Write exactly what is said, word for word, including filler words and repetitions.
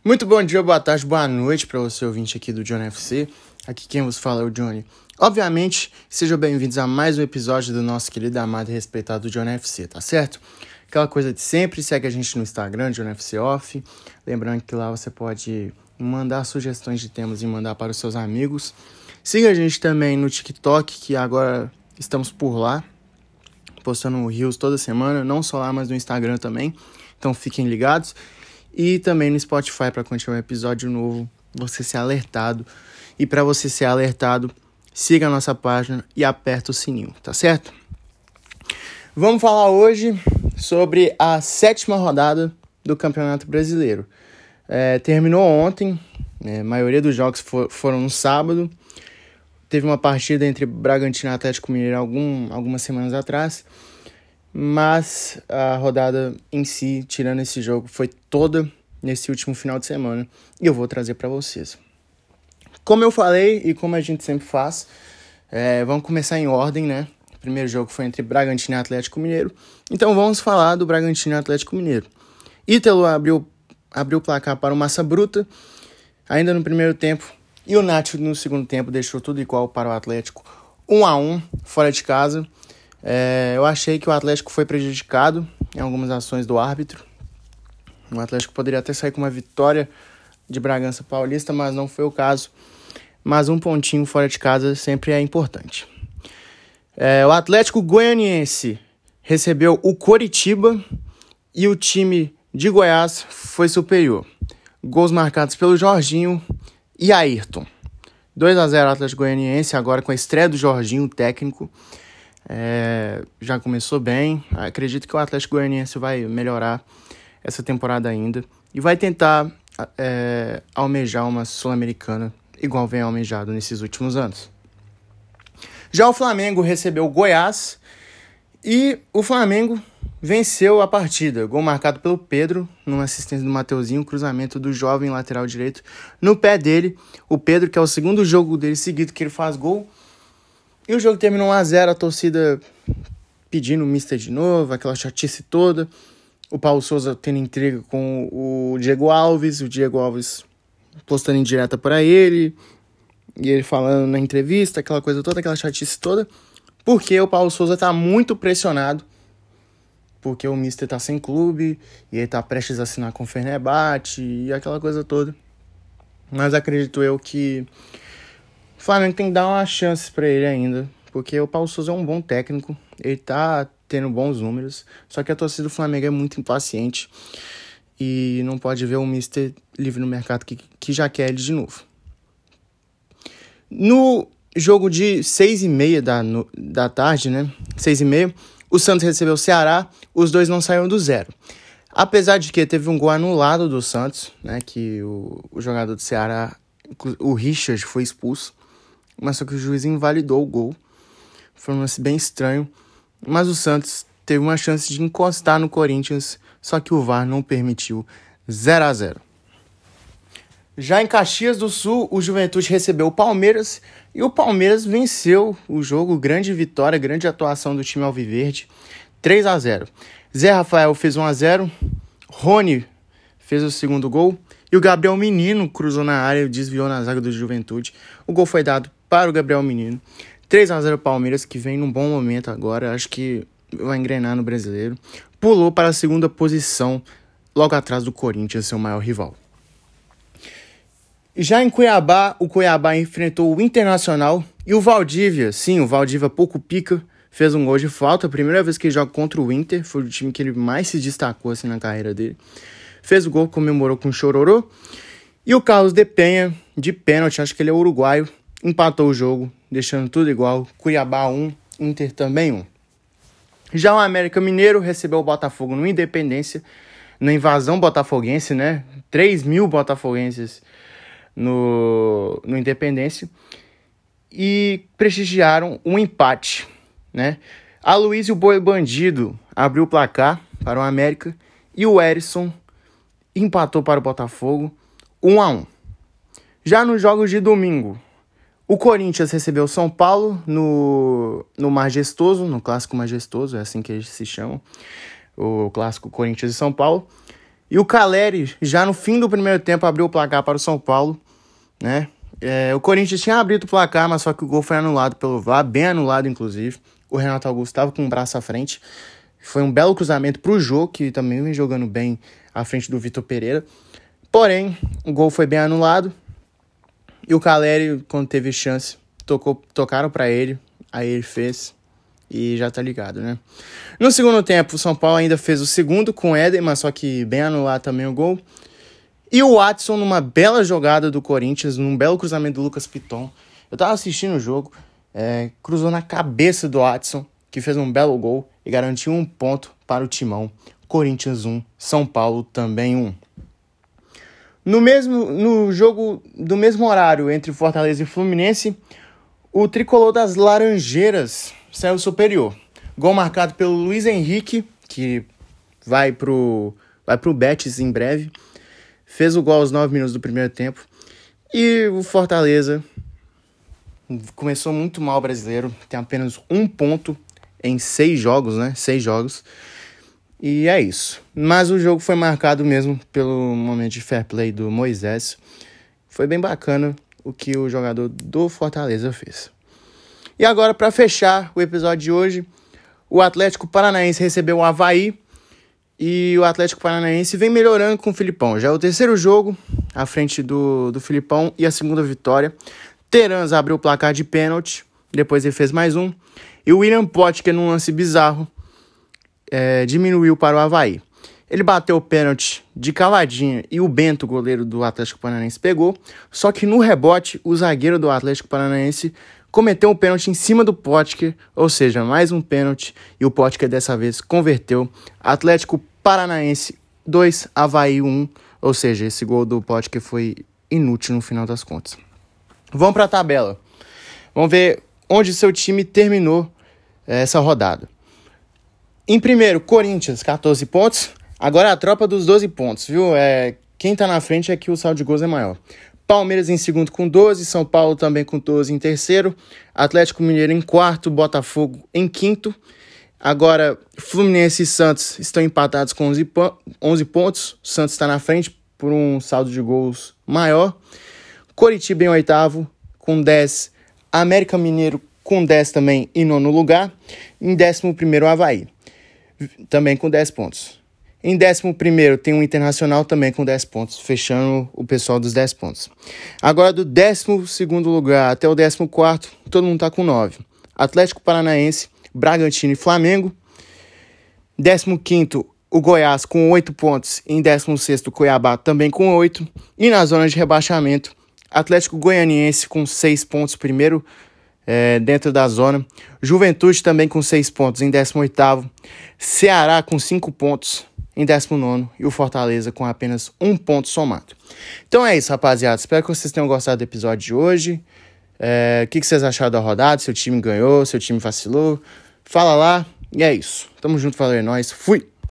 Muito bom dia, boa tarde, boa noite para você ouvinte aqui do Johnny F C. Aqui quem vos fala é o Johnny. Obviamente, sejam bem-vindos a mais um episódio do nosso querido, amado e respeitado Johnny F C, tá certo? Aquela coisa de sempre, segue a gente no Instagram, Johnny F C Off. Lembrando que lá você pode mandar sugestões de temas e mandar para os seus amigos. Siga a gente também no TikTok, que agora estamos por lá, postando reels toda semana, não só lá, mas no Instagram também. Então fiquem ligados. E também no Spotify para quando tiver um episódio novo, você ser alertado. E para você ser alertado, siga a nossa página e aperta o sininho, tá certo? Vamos falar hoje sobre a sétima rodada do Campeonato Brasileiro. É, terminou ontem, né, a maioria dos jogos for, foram no sábado. Teve uma partida entre Bragantino e Atlético Mineiro algum, algumas semanas atrás. Mas a rodada em si, tirando esse jogo, foi toda nesse último final de semana. E eu vou trazer para vocês. Como eu falei e como a gente sempre faz, é, vamos começar em ordem, né? O primeiro jogo foi entre Bragantino e Atlético Mineiro. Então vamos falar do Bragantino e Atlético Mineiro. Ítalo abriu, abriu o placar para o Massa Bruta, ainda no primeiro tempo. E o Nacho no segundo tempo deixou tudo igual para o Atlético. um a um, fora de casa. É, eu achei que o Atlético foi prejudicado em algumas ações do árbitro. O Atlético poderia até sair com uma vitória de Bragança Paulista, mas não foi o caso. Mas um pontinho fora de casa sempre é importante. É, o Atlético Goianiense recebeu o Coritiba e o time de Goiás foi superior. Gols marcados pelo Jorginho e Ayrton. dois a zero Atlético Goianiense, agora com a estreia do Jorginho, técnico. É, já começou bem. Acredito que o Atlético Goianiense vai melhorar essa temporada ainda e vai tentar é, almejar uma Sul-Americana igual vem almejado nesses últimos anos. Já o Flamengo recebeu o Goiás e o Flamengo venceu a partida. Gol marcado pelo Pedro, numa assistência do Mateuzinho, cruzamento do jovem lateral direito no pé dele. O Pedro, que é o segundo jogo dele seguido que ele faz gol. E o jogo terminou um a zero, a torcida pedindo o mister de novo, aquela chatice toda. O Paulo Souza tendo intriga com o Diego Alves, o Diego Alves postando indireta para ele, e ele falando na entrevista, aquela coisa toda, aquela chatice toda, porque o Paulo Souza tá muito pressionado, porque o mister tá sem clube, e ele tá prestes a assinar com o Fenerbahçe, e aquela coisa toda. Mas acredito eu que o Flamengo tem que dar uma chance pra ele ainda, porque o Paulo Souza é um bom técnico, ele tá tendo bons números, só que a torcida do Flamengo é muito impaciente e não pode ver o mister livre no mercado que, que já quer ele de novo. No jogo de seis e meia da, no, da tarde, né, seis e meia, o Santos recebeu o Ceará, os dois não saíram do zero. Apesar de que teve um gol anulado do Santos, né, que o, o jogador do Ceará, o Richard, foi expulso, mas só que o juiz invalidou o gol. Foi um lance bem estranho. Mas o Santos teve uma chance de encostar no Corinthians, só que o V A R não permitiu. zero a zero. Já em Caxias do Sul, o Juventude recebeu o Palmeiras e o Palmeiras venceu o jogo. Grande vitória, grande atuação do time alviverde. três a zero. Zé Rafael fez um a zero. Rony fez o segundo gol. E o Gabriel Menino cruzou na área e desviou na zaga do Juventude. O gol foi dado para o Gabriel Menino. três a zero Palmeiras, que vem num bom momento agora. Acho que vai engrenar no Brasileiro. Pulou para a segunda posição, logo atrás do Corinthians, seu maior rival. Já em Cuiabá, o Cuiabá enfrentou o Internacional. E o Valdívia, sim, o Valdívia pouco pica, fez um gol de falta. A primeira vez que ele joga contra o Inter. Foi o time que ele mais se destacou assim, na carreira dele. Fez o gol, comemorou com chororô. E o Carlos de Penha, de pênalti, acho que ele é uruguaio, empatou o jogo, deixando tudo igual. Cuiabá um, Inter também um. Já o América Mineiro recebeu o Botafogo no Independência, na invasão botafoguense, né? três mil botafoguenses no, no Independência. E prestigiaram um empate, né? Aloysio Boi Bandido abriu o placar para o América e o Erisson empatou para o Botafogo, um a um. Já nos jogos de domingo, o Corinthians recebeu o São Paulo no, no Majestoso, no Clássico Majestoso, é assim que eles se chamam, o Clássico Corinthians e São Paulo. E o Caleri, já no fim do primeiro tempo, abriu o placar para o São Paulo, né? É, o Corinthians tinha abrido o placar, mas só que o gol foi anulado pelo V A R, bem anulado, inclusive. O Renato Augusto estava com o braço à frente. Foi um belo cruzamento para o Jô, que também vem jogando bem à frente do Vitor Pereira. Porém, o gol foi bem anulado. E o Caleri, quando teve chance, tocou, tocaram para ele. Aí ele fez e já tá ligado, né? No segundo tempo, o São Paulo ainda fez o segundo com o Éder, mas só que bem anulado também o gol. E o Watson, numa bela jogada do Corinthians, num belo cruzamento do Lucas Piton. Eu tava assistindo o jogo, é, cruzou na cabeça do Watson, que fez um belo gol e garantiu um ponto para o Timão. Corinthians um, São Paulo também um. No, mesmo, no jogo do mesmo horário entre Fortaleza e Fluminense, o tricolor das Laranjeiras saiu superior. Gol marcado pelo Luiz Henrique, que vai pro, vai pro Betis em breve. Fez o gol aos nove minutos do primeiro tempo. E o Fortaleza começou muito mal o brasileiro. Tem apenas um ponto em seis jogos, né? Seis jogos. E é isso. Mas o jogo foi marcado mesmo pelo momento de fair play do Moisés. Foi bem bacana o que o jogador do Fortaleza fez. E agora, para fechar o episódio de hoje, o Atlético Paranaense recebeu o Avaí. E o Atlético Paranaense vem melhorando com o Filipão. Já é o terceiro jogo à frente do, do Filipão e a segunda vitória. Terans abriu o placar de pênalti, depois ele fez mais um. E o William Potker, num lance bizarro, é, diminuiu para o Avaí. Ele bateu o pênalti de cavadinha e o Bento, goleiro do Atlético Paranaense, pegou. Só que no rebote, o zagueiro do Atlético Paranaense cometeu um pênalti em cima do Potker, ou seja, mais um pênalti, e o Potker dessa vez converteu. Atlético Paranaense dois, Avaí um, ou seja, esse gol do Potker foi inútil no final das contas. Vamos para a tabela. Vamos ver onde seu time terminou essa rodada. Em primeiro, Corinthians, catorze pontos. Agora a tropa dos doze pontos, viu? É, quem tá na frente é que o saldo de gols é maior. Palmeiras em segundo com doze, São Paulo também com doze em terceiro, Atlético Mineiro em quarto, Botafogo em quinto. Agora, Fluminense e Santos estão empatados com onze pontos, Santos está na frente por um saldo de gols maior. Coritiba em oitavo com dez, América Mineiro com dez também em nono lugar. Em décimo primeiro, Avaí, também com dez pontos. Em décimo primeiro tem o Internacional também com dez pontos, fechando o pessoal dos dez pontos. Agora do décimo segundo lugar até o décimo quarto, todo mundo está com nove. Atlético Paranaense, Bragantino e Flamengo. décimo quinto, o Goiás com oito pontos. Em décimo sexto, o Cuiabá também com oito. E na zona de rebaixamento, Atlético Goianiense com seis pontos, primeiro é, dentro da zona. Juventude também com seis pontos em décimo oitavo. Ceará com cinco pontos em décimo nono e o Fortaleza com apenas um ponto somado. Então é isso, rapaziada. Espero que vocês tenham gostado do episódio de hoje. É, o que, que vocês acharam da rodada? Seu time ganhou, seu time vacilou? Fala lá. E é isso. Tamo junto, valeu, é nóis. Fui!